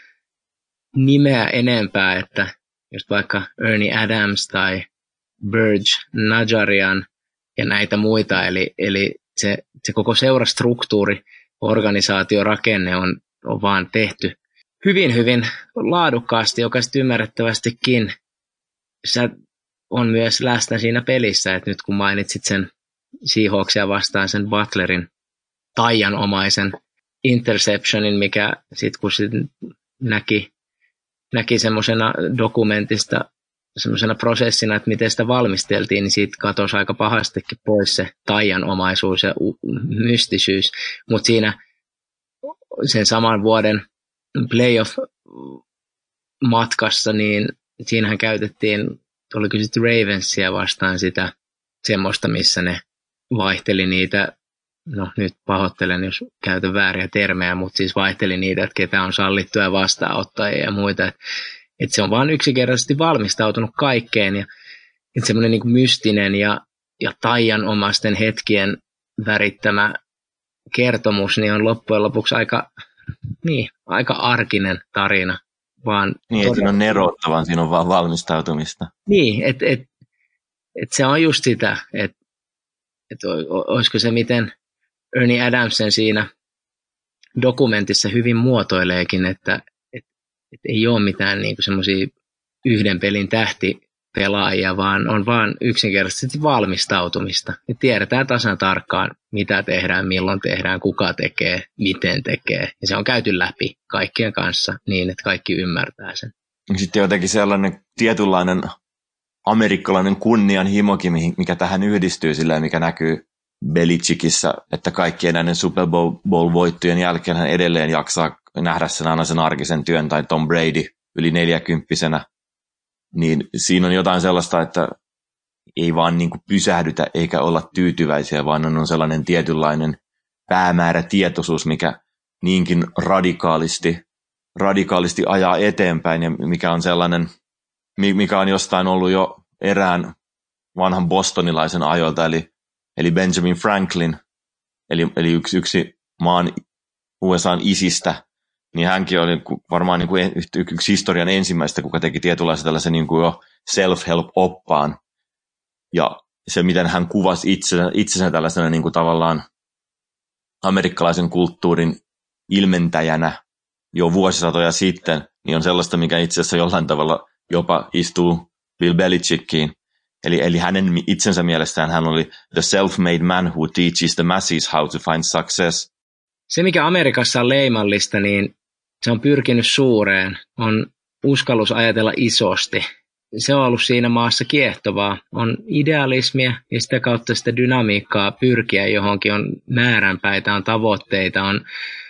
[SPEAKER 3] nimeä enempää, että just vaikka Ernie Adams tai Burge Najarian ja näitä muita, eli, eli Se, se koko seurastruktuuri, organisaatiorakenne on, on vaan tehty hyvin, hyvin laadukkaasti, joka sitten ymmärrettävästikin sä on myös läsnä siinä pelissä, että nyt kun mainitsit sen Seahawksia vastaan sen Butlerin taianomaisen interceptionin, mikä sitten kun sit näki, näki semmoisena dokumentista, semmoisena prosessina, että miten sitä valmisteltiin, niin siitä katosi aika pahastikin pois se taianomaisuus ja mystisyys. Mutta siinä sen saman vuoden playoff-matkassa, niin siinähän käytettiin, oliko sitten Ravensia vastaan sitä semmoista, missä ne vaihteli niitä, no nyt pahoittelen, jos käytän vääriä termejä, mutta siis vaihteli niitä, että ketä on sallittuja vastaanottajia ja muita, että Että se on vaan yksinkertaisesti valmistautunut kaikkeen ja että semmoinen niin kuin mystinen ja, ja taianomaisten hetkien värittämä kertomus niin on loppujen lopuksi aika, niin, aika arkinen tarina. Vaan
[SPEAKER 2] niin, että siinä on neroutta, vaan siinä on vaan valmistautumista.
[SPEAKER 3] Niin, että et, et se on just sitä, että et olisiko se miten Ernie Adamsen siinä dokumentissa hyvin muotoileekin, että et ei ole mitään niinku semmoisia yhden pelin tähtipelaajia, vaan on vaan yksinkertaisesti valmistautumista. Et tiedetään tasan tarkkaan, mitä tehdään, milloin tehdään, kuka tekee, miten tekee. Ja se on käyty läpi kaikkien kanssa niin, että kaikki ymmärtää sen.
[SPEAKER 2] Sitten jotenkin sellainen tietynlainen amerikkalainen kunnianhimokin, mikä tähän yhdistyy silleen, mikä näkyy Belichickissä, että kaikkien näiden Super Bowl-voittojen jälkeen hän edelleen jaksaa nähdä sen aina sen arkisen työn, tai Tom Brady yli neljäkymppisenä, niin siinä on jotain sellaista, että ei vaan niin kuin pysähdytä eikä olla tyytyväisiä, vaan on sellainen tietynlainen päämäärätietoisuus, mikä niinkin radikaalisti, radikaalisti ajaa eteenpäin ja mikä on sellainen, mikä on jostain ollut jo erään vanhan bostonilaisen ajoilta, eli, eli Benjamin Franklin, eli, eli yksi, yksi maan U S A:n isistä, niin hänkin oli varmaan niin kuin yksi historian ensimmäistä, kuka teki tietynlaisen tällaisen niin kuin jo self-help-oppaan. Ja se, miten hän kuvasi itsensä, itsensä tällaisena niin kuin tavallaan amerikkalaisen kulttuurin ilmentäjänä jo vuosisatoja sitten, niin on sellaista, mikä itse asiassa jollain tavalla jopa istuu Bill Belichickiin. Eli, eli hänen itsensä mielestään hän oli the self-made man who teaches the masses how to find success.
[SPEAKER 3] Se, mikä Amerikassa on leimallista, niin se on pyrkinyt suureen, on uskallus ajatella isosti. Se on ollut siinä maassa kiehtovaa. On idealismia ja sitä kautta sitä dynamiikkaa pyrkiä johonkin, on määränpäitä, on tavoitteita, on,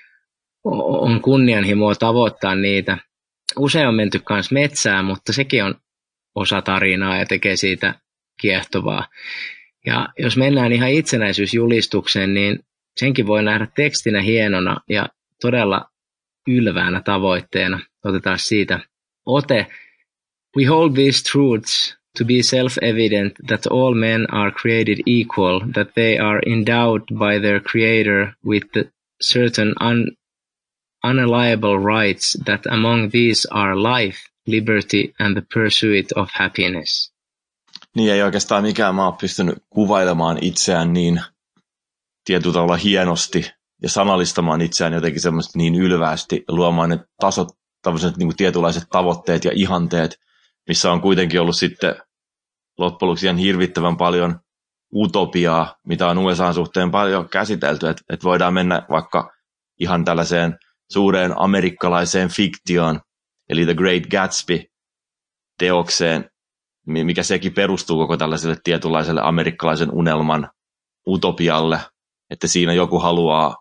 [SPEAKER 3] on kunnianhimoa tavoittaa niitä. Usein on menty myös metsään, mutta sekin on osa tarinaa ja tekee siitä kiehtovaa. Ja jos mennään ihan itsenäisyysjulistukseen, niin senkin voi nähdä tekstinä hienona ja todella ylväänä tavoitteena. Otetaan siitä ote. We hold these truths to be self-evident that all men are created equal, that they are endowed by their creator with the certain un- unalienable rights, that among these are life, liberty and the pursuit of happiness.
[SPEAKER 2] Niin ei oikeastaan mikään maa pystynyt kuvailemaan itseään niin tietyllä tavalla hienosti ja sanallistamaan itseään jotenkin semmoista niin ylväästi ja luomaan ne tasot, tämmöiset niin kuin tietynlaiset tavoitteet ja ihanteet, missä on kuitenkin ollut sitten loppujen lopuksi ihan hirvittävän paljon utopiaa, mitä on U S A:n suhteen paljon käsitelty, että et voidaan mennä vaikka ihan tällaiseen suureen amerikkalaiseen fiktioon, eli The Great Gatsby-teokseen, mikä sekin perustuu koko tällaiselle tietynlaiselle amerikkalaisen unelman utopialle, että siinä joku haluaa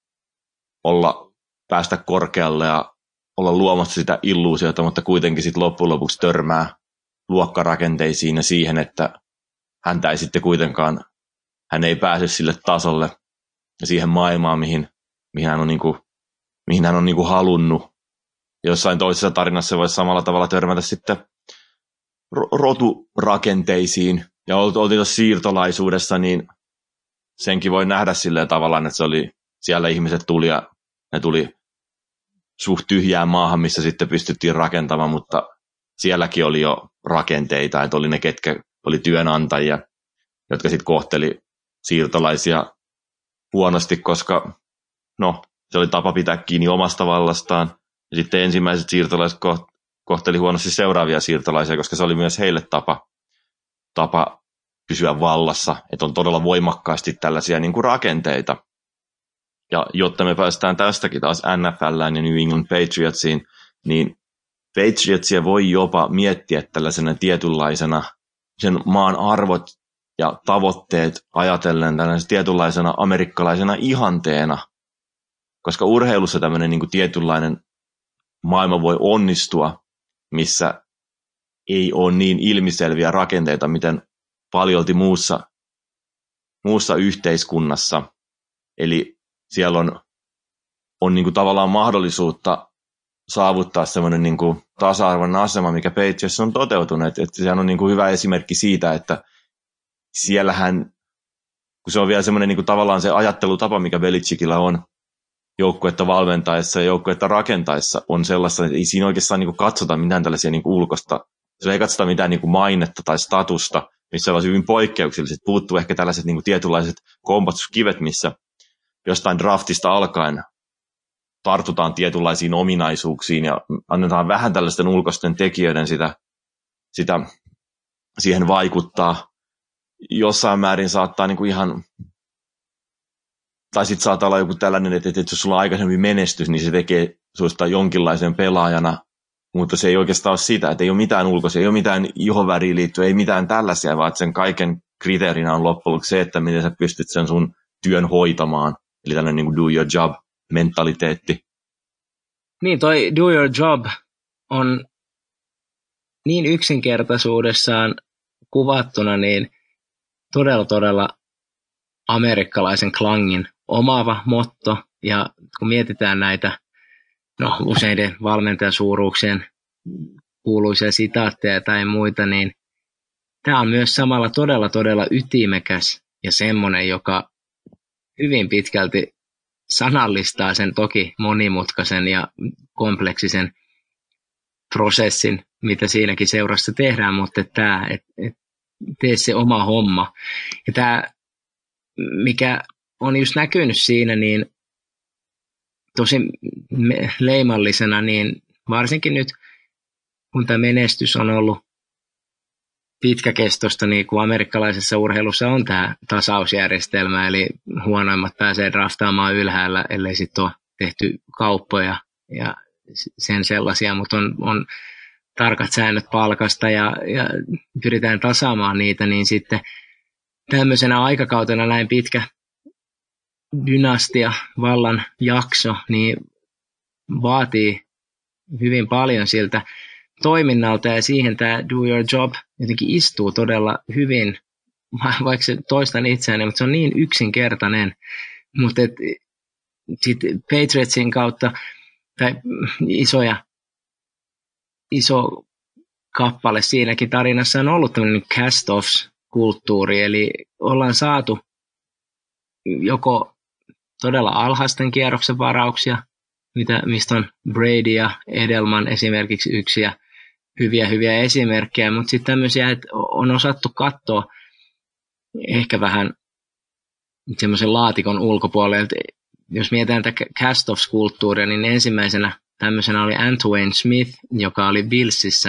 [SPEAKER 2] olla, päästä korkealle ja olla luomassa sitä illuusiota, mutta kuitenkin sitten loppujen lopuksi törmää luokkarakenteisiin ja siihen, että häntä ei sitten kuitenkaan, hän ei pääse sille tasolle ja siihen maailmaan, mihin, mihin hän on, niin kuin, mihin hän on niin kuin halunnut. Jossain toisessa tarinassa voisi samalla tavalla törmätä sitten roturakenteisiin. Ja oltiin tuossa siirtolaisuudessa, niin senkin voi nähdä silleen tavallaan, että se oli, siellä ihmiset tuli ja ne tuli suht tyhjään maahan, missä sitten pystyttiin rakentamaan, mutta sielläkin oli jo rakenteita, että oli ne, ketkä oli työnantajia, jotka sitten kohteli siirtolaisia huonosti, koska no, se oli tapa pitää kiinni omasta vallastaan. Ja sitten ensimmäiset siirtolaiset kohteli huonosti seuraavia siirtolaisia, koska se oli myös heille tapa, tapa pysyä vallassa, että on todella voimakkaasti tällaisia niin kuin rakenteita. Ja jotta me päästään tästäkin taas N F L:ään ja New England Patriotsiin, niin Patriotsia voi jopa miettiä tällaisena tietynlaisena sen maan arvot ja tavoitteet ajatellen tällaisena tietynlaisena amerikkalaisena ihanteena, koska urheilussa tämmöinen niin kuin tietynlainen maailma voi onnistua, missä ei ole niin ilmiselviä rakenteita, miten paljolti muussa, muussa yhteiskunnassa. Eli siellä on, on niin kuin tavallaan mahdollisuutta saavuttaa semmoinen niin kuin tasa-arvon asema, mikä Patriots on toteutunut. Että sehän on niin kuin hyvä esimerkki siitä, että siellähän, kun se on vielä semmoinen niin kuin tavallaan se ajattelutapa, mikä Belichickillä on joukkuetta valmentaessa ja joukkuetta rakentaessa, on sellaista, että ei siinä oikeastaan niin kuin katsota mitään tällaisia niin kuin ulkosta. Se ei katsota mitään niin kuin mainetta tai statusta, missä on hyvin poikkeukselliset. Puuttuu ehkä tällaiset niin kuin tietynlaiset kompastuskivet, missä jostain draftista alkaen tartutaan tietynlaisiin ominaisuuksiin ja annetaan vähän tällaisten ulkoisten tekijöiden sitä, sitä siihen vaikuttaa. Jossain määrin saattaa niin kuin ihan, tai sitten saattaa olla joku tällainen, että, että jos sulla on aikaisemmin menestys, niin se tekee susta jonkinlaisen pelaajana, mutta se ei oikeastaan ole sitä, että ei ole mitään ulkoisia, ei ole mitään ihoväriin liittyen, ei mitään tällaisia, vaan sen kaiken kriteerinä on loppujen lopuksi se, että miten sä pystyt sen sun työn hoitamaan. Eli tällainen niin kuin do your job mentaliteetti.
[SPEAKER 3] Niin, toi do your job on niin yksinkertaisuudessaan kuvattuna niin todella, todella amerikkalaisen klangin omaava motto, ja kun mietitään näitä no, useiden valmentajasuuruuksien kuuluisia sitaatteja tai muita, niin tämä on myös samalla todella, todella ytimekäs ja semmoinen, joka hyvin pitkälti sanallistaa sen toki monimutkaisen ja kompleksisen prosessin, mitä siinäkin seurassa tehdään, mutta tämä, et, et, tee se oma homma. Ja tämä, mikä on just näkynyt siinä, niin tosi leimallisena, niin varsinkin nyt, kun tämä menestys on ollut pitkäkestoista, niin kuin amerikkalaisessa urheilussa on tämä tasausjärjestelmä, eli huonoimmat pääsee draftaamaan ylhäällä, ellei sitten ole tehty kauppoja ja sen sellaisia, mutta on, on tarkat säännöt palkasta ja, ja pyritään tasaamaan niitä, niin sitten tämmöisenä aikakautena näin pitkä dynastia, vallan jakso, niin vaatii hyvin paljon siltä toiminnalta ja siihen tämä do your job jotenkin istuu todella hyvin, vaikka se toistan itseäni, mutta se on niin yksinkertainen, mutta sitten Patriotsin kautta tai isoja, iso kappale siinäkin tarinassa on ollut tämmöinen cast-offs-kulttuuri, eli ollaan saatu joko todella alhaisten kierroksen varauksia, mitä, mistä on Brady ja Edelman esimerkiksi yksi ja hyviä, hyviä esimerkkejä, mutta sitten tämmöisiä, että on osattu katsoa ehkä vähän semmoisen laatikon ulkopuolelta. Jos mietitään tätä cast-offs-kulttuuria, niin ensimmäisenä tämmöisenä oli Antwain Smith, joka oli Billsissä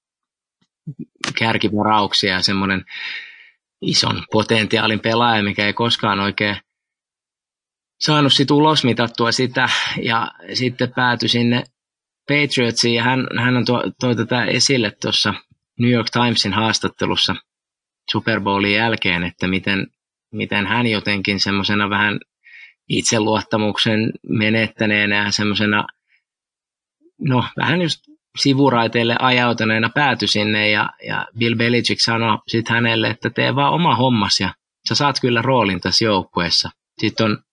[SPEAKER 3] kärkivarauksia ja semmoinen ison potentiaalin pelaaja, mikä ei koskaan oikein saanut sit ulos mitattua sitä, ja sitten päätyi sinne Patriotsiin, ja hän, hän on toi, toi tätä esille tuossa New York Timesin haastattelussa Super Bowlin jälkeen, että miten, miten hän jotenkin semmoisena vähän itseluottamuksen menettäneenä ja semmoisena, no vähän just sivuraiteille ajautuneena päätyi sinne, ja, ja Bill Belichick sanoi sitten hänelle, että tee vaan oma hommas, ja sä saat kyllä roolin tässä joukkueessa. Sitten on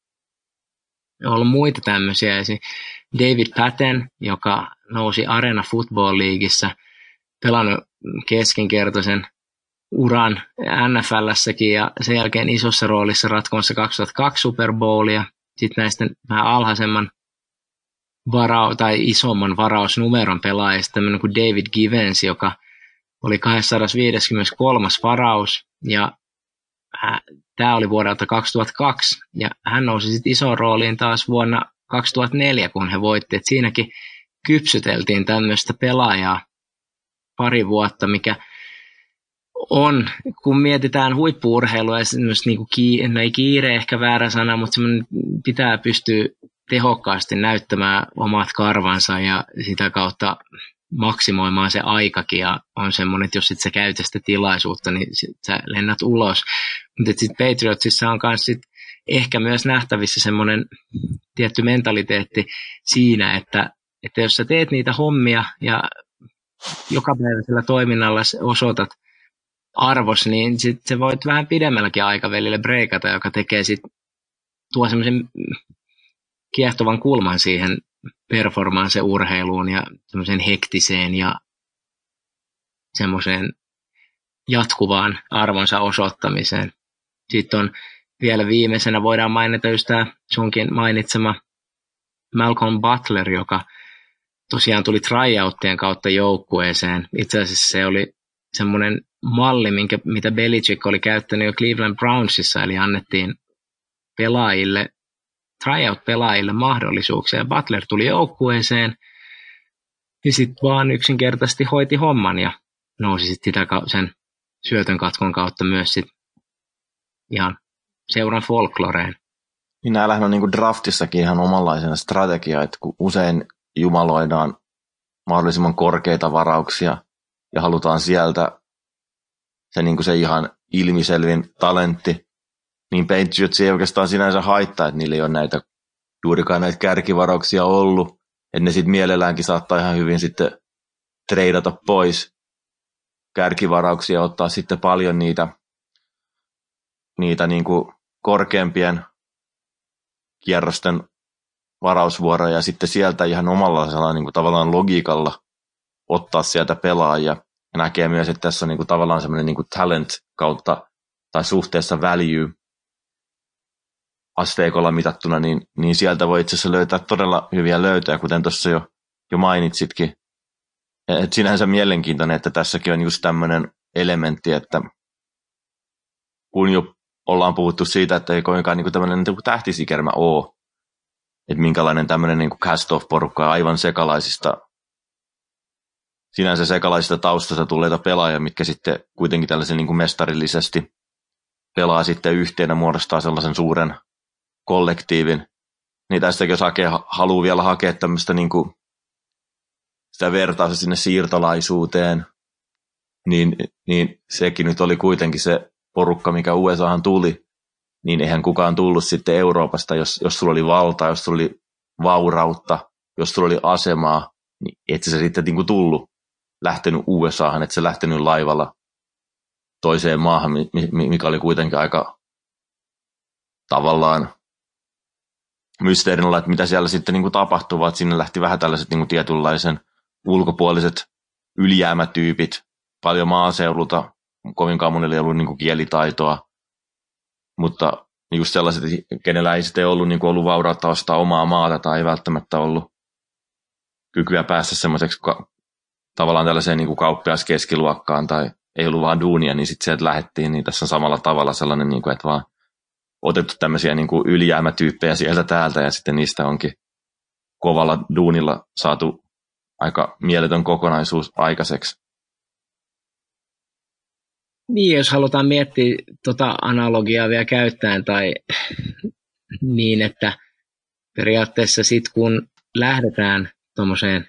[SPEAKER 3] ollut muita tämmöisiä, David Patten, joka nousi Arena Football Leagueissä, pelannut keskinkertaisen uran N F L:ssäkin ja sen jälkeen isossa roolissa ratkomassa kaksituhattakaksi Super Bowlia. Sitten näistä vähän alhaisemman varau- tai isomman varausnumeron pelaajista tämmöinen kuin David Givens, joka oli kaksisataaviisikymmentäkolme varaus ja tämä oli vuodelta kaksituhattakaksi ja hän nousi sitten isoon rooliin taas vuonna kaksituhattaneljä, kun he voitti. Et siinäkin kypsyteltiin tämmöistä pelaajaa pari vuotta, mikä on, kun mietitään huippu-urheilua, niin kuin kiire, no ei kiire ehkä väärä sana, mutta pitää pystyä tehokkaasti näyttämään omat karvansa ja sitä kautta maksimoimaan se aikakin, ja on semmoinen, että jos sit sä käytä sitä tilaisuutta, niin sit sä lennät ulos. Mutta sitten Patriotsissa on myös sit ehkä myös nähtävissä semmoinen tietty mentaliteetti siinä, että, että jos sä teet niitä hommia ja jokapäiväisellä toiminnalla osoitat arvos, niin sit sä voit vähän pidemmälläkin aikavälillä breikata, joka tekee sit, tuo semmoisen kiehtovan kulman siihen performance-urheiluun ja semmoiseen hektiseen ja semmoiseen jatkuvaan arvonsa osoittamiseen. Sitten on vielä viimeisenä voidaan mainita just tämä sunkin mainitsema Malcolm Butler, joka tosiaan tuli tryouttien kautta joukkueeseen. Itse asiassa se oli semmoinen malli, minkä, mitä Belichick oli käyttänyt jo Cleveland Brownsissa, eli annettiin pelaajille, tryout-pelaajille mahdollisuuksia. Butler tuli joukkueeseen ja sitten vaan yksinkertaisesti hoiti homman ja nousi sitten sitä sen syötön katkon kautta myös sit ihan seuran folkloreen.
[SPEAKER 2] Niin näillähän on niin kuin draftissakin ihan omanlaisena strategia, että kun usein jumaloidaan mahdollisimman korkeita varauksia ja halutaan sieltä se, niin kuin se ihan ilmiselvin talentti, niin Patriots ei oikeastaan sinänsä haittaa, että niillä ei ole näitä, juurikaan näitä kärkivarauksia ollut, että ne sitten mielelläänkin saattaa ihan hyvin sitten treidata pois kärkivarauksia ja ottaa sitten paljon niitä, niitä niin kuin korkeampien kierrosten varausvuoroja ja sitten sieltä ihan omalla niin kuin tavallaan logiikalla ottaa sieltä pelaajia. Ja näkee myös, että tässä on niin kuin tavallaan semmoinen niin kuin talent kautta tai suhteessa value asteikolla mitattuna, niin, niin sieltä voi itse asiassa löytää todella hyviä löytöjä, kuten tuossa jo, jo mainitsitkin. Et sinänsä mielenkiintoinen, että tässäkin on just tämmöinen elementti, että kun jo ollaan puhuttu siitä, että ei koinkaan niin kuin tämmöinen niin kuin tähtisikermä ole, että minkälainen tämmöinen niin kuin cast-off-porukka aivan sekalaisista, sinänsä sekalaisista taustasta tulleita pelaajia, mitkä sitten kuitenkin tällaisen niin kuin mestarillisesti pelaa sitten yhteen ja muodostaa sellaisen suuren kollektiivin. Niin tästäkin jos hakee, haluaa vielä hakea tämmöistä niin kuin sitä vertausta sinne siirtolaisuuteen, niin, niin sekin nyt oli kuitenkin se porukka, mikä U S Ahan tuli, niin eihän kukaan tullut sitten Euroopasta, jos, jos sulla oli valtaa, jos sulla oli vaurautta, jos sulla oli asemaa, niin et sä sitten niin kuin tullut, lähtenyt U S Ahan, et sä lähtenyt laivalla toiseen maahan, mikä oli kuitenkin aika tavallaan mysteerinä, että mitä siellä sitten niin kuin tapahtui, vaan sinne lähti vähän tällaiset niin kuin tietynlaisen ulkopuoliset ylijäämätyypit, paljon maaseudulta, kovinkaan monella ei ollut niin kuin kielitaitoa, mutta just sellaiset, kenellä ei sitten ollut, niin kuin ollut vaurautta ostaa omaa maata tai ei välttämättä ollut kykyä päästä semmoiseksi tavallaan tällaiseen niin kuin kauppias-keskiluokkaan tai ei ollut vaan duunia, niin sitten sieltä lähdettiin, niin tässä on samalla tavalla sellainen, niin kuin, että vaan otettu tämmöisiä niin kuin ylijäämätyyppejä sieltä täältä ja sitten niistä onkin kovalla duunilla saatu aika mieletön kokonaisuus aikaiseksi.
[SPEAKER 3] Niin, jos halutaan miettiä tota analogiaa vielä käyttäen tai niin, että periaatteessa sitten kun lähdetään tuommoiseen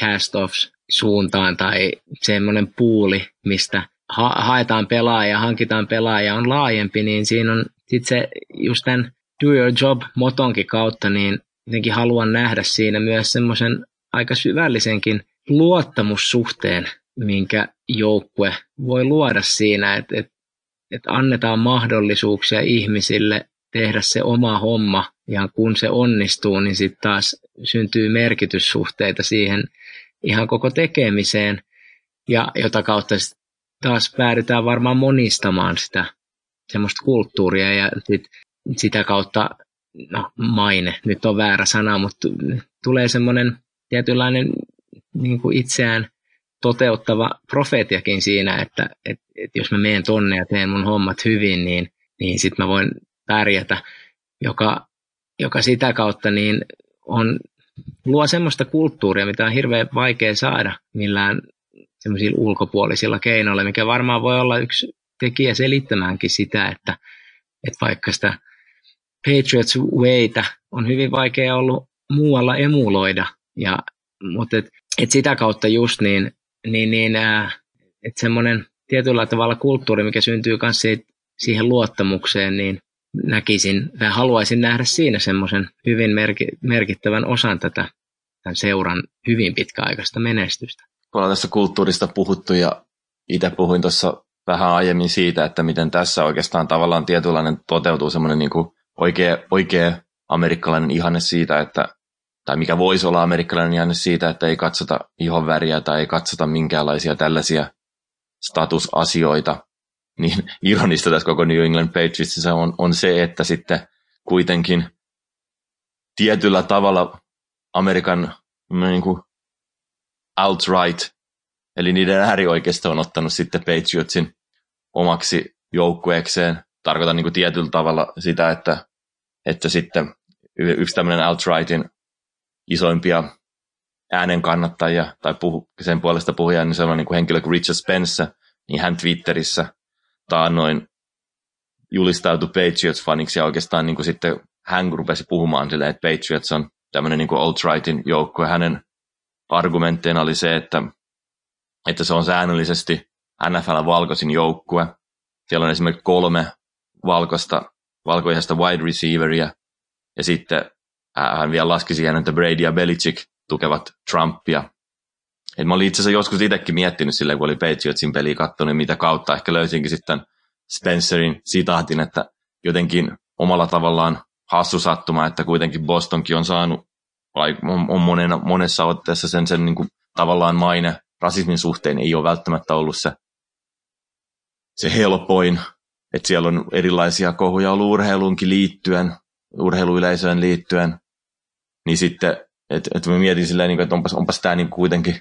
[SPEAKER 3] cast-offs-suuntaan tai semmoinen puuli, mistä ha- haetaan pelaajia, hankitaan pelaajia, on laajempi, niin siinä on sitten se just tämän do your job motonkin kautta, niin jotenkin haluan nähdä siinä myös semmoisen aika syvällisenkin luottamussuhteen, minkä joukkue voi luoda siinä, että, että, että annetaan mahdollisuuksia ihmisille tehdä se oma homma, ja kun se onnistuu, niin sitten taas syntyy merkityssuhteita siihen ihan koko tekemiseen, ja jota kautta taas päädytään varmaan monistamaan sitä semmoista kulttuuria, ja sit, sitä kautta, no maine, nyt on väärä sana, mutta tulee semmoinen tietynlainen niin kuin itseään toteuttava profeetiakin siinä, että, että, että jos mä menen tonne ja teen mun hommat hyvin, niin, niin sitten mä voin pärjätä, joka, joka sitä kautta niin on, luo semmoista kulttuuria, mitä on hirveän vaikea saada millään semmoisilla ulkopuolisilla keinoilla, mikä varmaan voi olla yksi tekijä selittämäänkin sitä, että, että vaikka sitä Patriots Waytä on hyvin vaikea ollut muualla emuloida, ja, mutta et, et sitä kautta just niin, niin, niin äh, että semmoinen tietyllä tavalla kulttuuri, mikä syntyy myös siihen luottamukseen, niin näkisin tai haluaisin nähdä siinä semmoisen hyvin merki, merkittävän osan tätä tämän seuran hyvin pitkäaikaista menestystä.
[SPEAKER 2] Kun ollaan tässä kulttuurista puhuttu ja itse puhuin tuossa vähän aiemmin siitä, että miten tässä oikeastaan tavallaan tietynlainen toteutuu semmoinen niin kuin oikea, oikea amerikkalainen ihanne siitä, että tai mikä voisi olla amerikkalainen ihanne siitä, että ei katsota ihonväriä tai ei katsota minkäänlaisia tällaisia statusasioita, niin ironista tässä koko New England Patriotsissa on, on se, että sitten kuitenkin tietyllä tavalla Amerikan niin kuin alt-right, eli niiden äärioikeisto on ottanut sitten Patriotsin omaksi joukkueekseen. Tarkoitan niin kuin tietyllä tavalla sitä, että, että sitten yksi tämmöinen alt-rightin isoimpia äänen kannattajia tai puhu, sen puolesta puhuja, niin sellainen niin kuin henkilö kuin Richard Spencer, niin hän Twitterissä taannoin julistautui Patriots-faniksi ja oikeastaan niin kuin sitten hän rupesi puhumaan silleen, että Patriots on tämmöinen niin kuin alt-rightin joukkue. Hänen argumentteina oli se, että, että se on säännöllisesti N F L-valkoisin joukkue. Siellä on esimerkiksi kolme valkoista, valkoisesta wide receiveria ja sitten hän vielä laski siihen, että Brady ja Belichick tukevat Trumpia. Et mä olin itse asiassa joskus itsekin miettinyt silleen, kun oli Patriotsin peliä katsonut, niin mitä kautta ehkä löysinkin sitten Spencerin sitaatin, että jotenkin omalla tavallaan hassu sattuma, että kuitenkin Bostonkin on saanut on, on monena, monessa otteessa sen, sen niin kuin, tavallaan maine rasismin suhteen ei ole välttämättä ollut se, se helpoin, että siellä on erilaisia kohuja ollut urheiluunkin liittyen, urheiluyleisöön liittyen, niin sitten, että et mä mietin silleen, että onpas, onpas tämä niin kuitenkin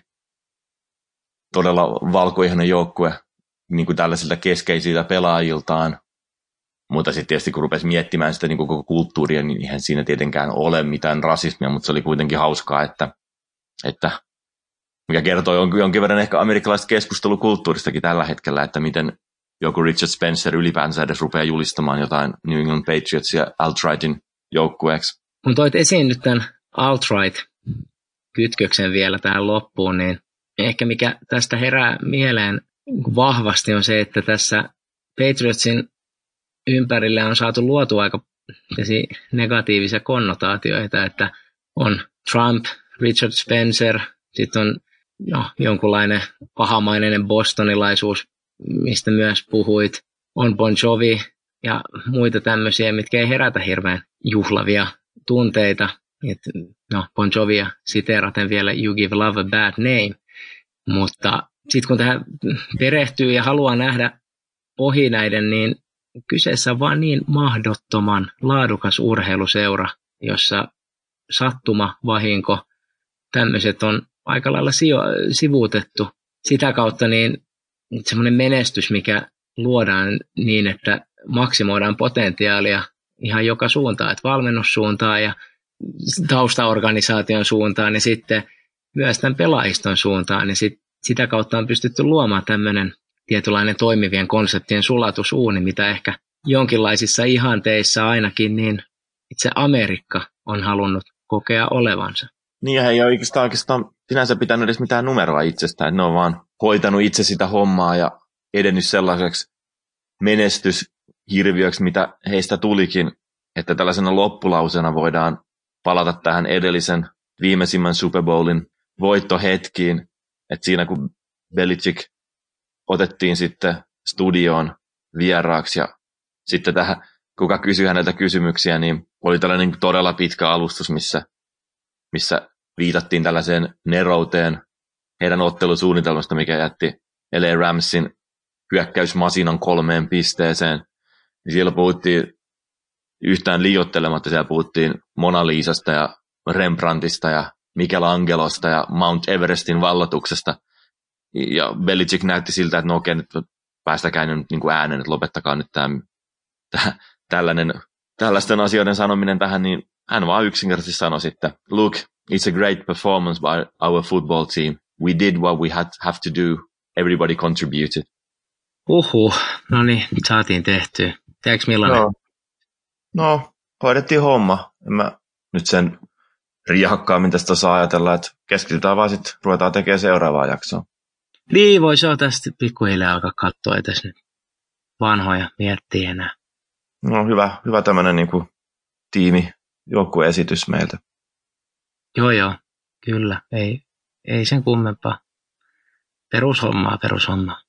[SPEAKER 2] todella valkoihainen joukkue niin kuin tällaisilta keskeisiltä pelaajiltaan, mutta sitten tietysti kun rupesi miettimään sitä niin koko kulttuuria, niin eihän siinä tietenkään ole mitään rasismia, mutta se oli kuitenkin hauskaa, että, että mikä kertoo jonkin verran ehkä amerikkalaisesta keskustelukulttuuristakin tällä hetkellä, että miten joku Richard Spencer ylipäänsä edes rupeaa julistamaan jotain New England Patriotsia alt-rightin joukkueeksi.
[SPEAKER 3] Kun toit esiin nyt tämän alt-right-kytköksen vielä tähän loppuun, niin ehkä mikä tästä herää mieleen vahvasti on se, että tässä Patriotsin ympärille on saatu luotu aika negatiivisia konnotaatioita, että on Trump, Richard Spencer, sitten on no, jonkunlainen pahamainen bostonilaisuus, mistä myös puhuit, on Bon Jovi ja muita tämmöisiä, mitkä ei herätä hirveän juhlavia tunteita. Et, no, Bon Jovia siteeraten vielä You Give Love a Bad Name, mutta sitten kun tähän perehtyy ja haluaa nähdä ohi näiden, niin kyseessä on vaan niin mahdottoman laadukas urheiluseura, jossa sattuma, vahinko, tämmöiset on aika lailla sijo- sivuutettu. Sitä kautta niin semmoinen menestys, mikä luodaan niin, että maksimoidaan potentiaalia ihan joka suuntaan, että valmennussuuntaan ja taustaorganisaation suuntaan ja sitten myös tämän pelaajiston suuntaan, niin sit, sitä kautta on pystytty luomaan tämmöinen tietynlainen toimivien konseptien sulatusuuni, mitä ehkä jonkinlaisissa ihanteissa ainakin niin itse Amerikka on halunnut kokea olevansa.
[SPEAKER 2] Niin, ja ei ole oikeastaan, oikeastaan sinänsä pitänyt edes mitään numeroa itsestään. Ne on vaan hoitanut itse sitä hommaa ja edennyt sellaiseksi menestyshirviöksi, mitä heistä tulikin, että tällaisena loppulausena voidaan palata tähän edellisen viimeisimmän Super Bowlin voittohetkiin, että siinä kun Belichick otettiin sitten studioon vieraaksi ja sitten tähän, kuka kysyi häneltä kysymyksiä, niin oli tällainen todella pitkä alustus, missä, missä viitattiin tällaiseen nerouteen heidän ottelusuunnitelmasta, mikä jätti L A Ramsin hyökkäysmasinan kolmeen pisteeseen. Niin siellä puhuttiin yhtään liioittelematta, siellä puhuttiin Mona Lisasta ja Rembrandtista ja Michelangelosta ja Mount Everestin vallatuksesta. Ja Belichick näytti siltä, että no okei, nyt päästäkää nyt niin kuin äänen, että lopettakaa nyt tämä, tämä, tällainen, tällaisten asioiden sanominen tähän, niin hän vaan yksinkertaisesti sanoi sitten, look, it's a great performance by our football team. We did what we had have to do. Everybody contributed.
[SPEAKER 3] Uhu, no niin, saatiin tehtyä. Tiedätkö millainen?
[SPEAKER 2] No, no hoidettiin homma. En mä nyt sen riehakkaammin tästä saa ajatella, että keskitytään vaan sitten, ruvetaan tekemään seuraavaa jaksoa.
[SPEAKER 3] Niin, voisi olla tästä pikkuhiljaa alkaa katsoa tässä nyt vanhoja, miettiä enää.
[SPEAKER 2] No hyvä, hyvä tämmöinen niin kuin tiimi, joukkueesitys meiltä.
[SPEAKER 3] Joo, joo, kyllä. Ei, ei sen kummempaa. Perushommaa, perushommaa.